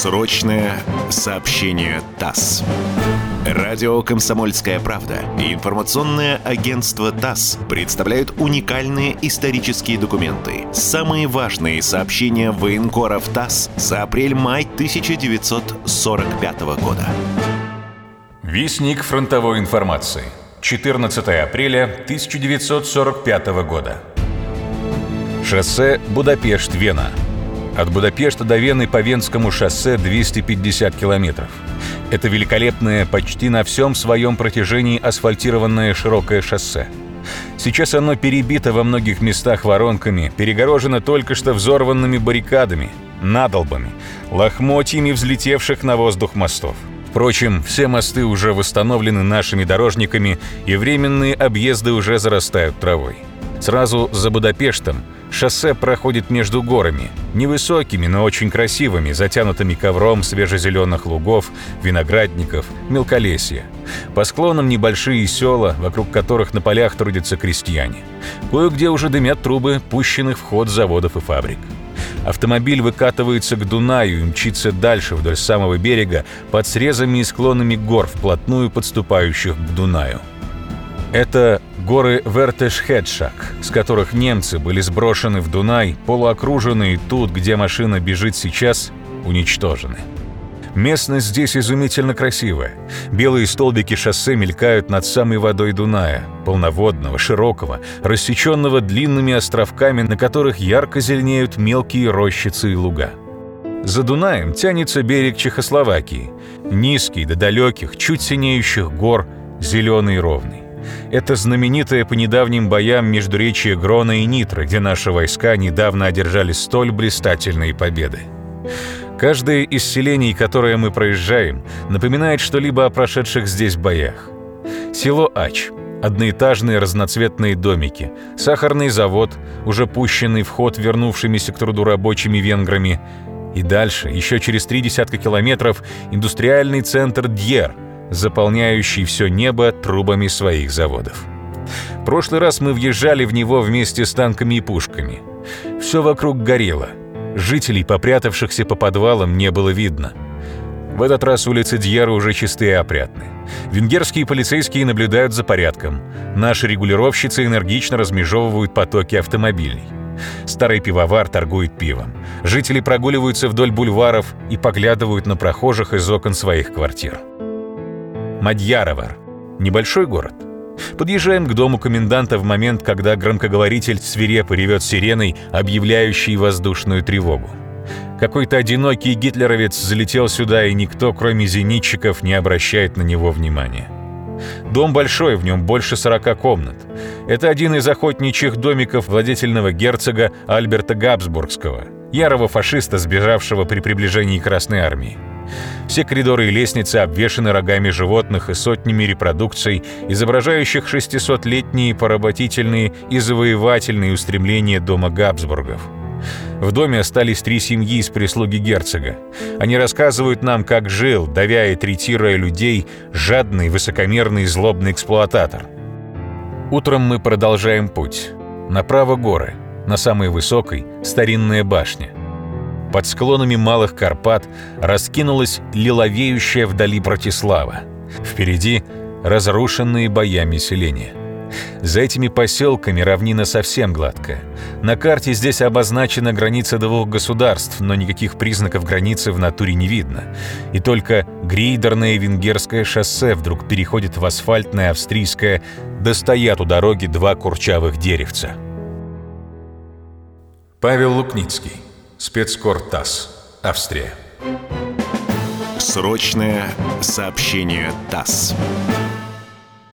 Срочное сообщение ТАСС. Радио «Комсомольская правда» и информационное агентство ТАСС представляют уникальные исторические документы. Самые важные сообщения военкоров ТАСС за апрель-май 1945 года. Вестник фронтовой информации. 14 апреля 1945 года. Шоссе Будапешт-Вена. От Будапешта до Вены по Венскому шоссе 250 километров. Это великолепное, почти на всем своем протяжении асфальтированное широкое шоссе. Сейчас оно перебито во многих местах воронками, перегорожено только что взорванными баррикадами, надолбами, лохмотьями взлетевших на воздух мостов. Впрочем, все мосты уже восстановлены нашими дорожниками, и временные объезды уже зарастают травой. Сразу за Будапештом шоссе проходит между горами, невысокими, но очень красивыми, затянутыми ковром свежезеленых лугов, виноградников, мелколесья. По склонам небольшие села, вокруг которых на полях трудятся крестьяне. Кое-где уже дымят трубы пущенных в ход заводов и фабрик. Автомобиль выкатывается к Дунаю и мчится дальше вдоль самого берега под срезами и склонами гор, вплотную подступающих к Дунаю. Это горы Вертеш-Хедшак, с которых немцы были сброшены в Дунай, полуокруженные тут, где машина бежит сейчас, уничтожены. Местность здесь изумительно красивая. Белые столбики шоссе мелькают над самой водой Дуная, полноводного, широкого, рассеченного длинными островками, на которых ярко зеленеют мелкие рощицы и луга. За Дунаем тянется берег Чехословакии, низкий до далеких, чуть синеющих гор, зеленый и ровный. Это знаменитое по недавним боям междуречье Грона и Нитро, где наши войска недавно одержали столь блистательные победы. Каждое из селений, которое мы проезжаем, напоминает что-либо о прошедших здесь боях. Село Ач, одноэтажные разноцветные домики, сахарный завод, уже пущенный в ход вернувшимися к труду рабочими венграми, и дальше, еще через 3 десятка километров, индустриальный центр Дьер, заполняющий все небо трубами своих заводов. В прошлый раз мы въезжали в него вместе с танками и пушками. Все вокруг горело. Жителей, попрятавшихся по подвалам, не было видно. В этот раз улицы Дьера уже чистые и опрятны. Венгерские полицейские наблюдают за порядком. Наши регулировщицы энергично размежевывают потоки автомобилей. Старый пивовар торгует пивом. Жители прогуливаются вдоль бульваров и поглядывают на прохожих из окон своих квартир. Мадьяровар. Небольшой город. Подъезжаем к дому коменданта в момент, когда громкоговоритель свирепо ревет сиреной, объявляющей воздушную тревогу. Какой-то одинокий гитлеровец залетел сюда, и никто, кроме зенитчиков, не обращает на него внимания. Дом большой, в нем больше 40 комнат. Это один из охотничьих домиков владетельного герцога Альберта Габсбургского, ярого фашиста, сбежавшего при приближении Красной армии. Все коридоры и лестницы обвешаны рогами животных и сотнями репродукций, изображающих 600-летние поработительные и завоевательные устремления дома Габсбургов. В доме остались 3 семьи из прислуги герцога. Они рассказывают нам, как жил, давя и третируя людей, жадный, высокомерный и злобный эксплуататор. Утром мы продолжаем путь. Направо горы, на самой высокой — старинная башня. Под склонами Малых Карпат раскинулась лиловеющая вдали Братислава. Впереди — разрушенные боями селения. За этими поселками равнина совсем гладкая. На карте здесь обозначена граница 2 государств, но никаких признаков границы в натуре не видно. И только грейдерное венгерское шоссе вдруг переходит в асфальтное австрийское, да стоят у дороги 2 курчавых деревца. Павел Лукницкий. Спецкор ТАСС. Австрия. Срочное сообщение ТАСС.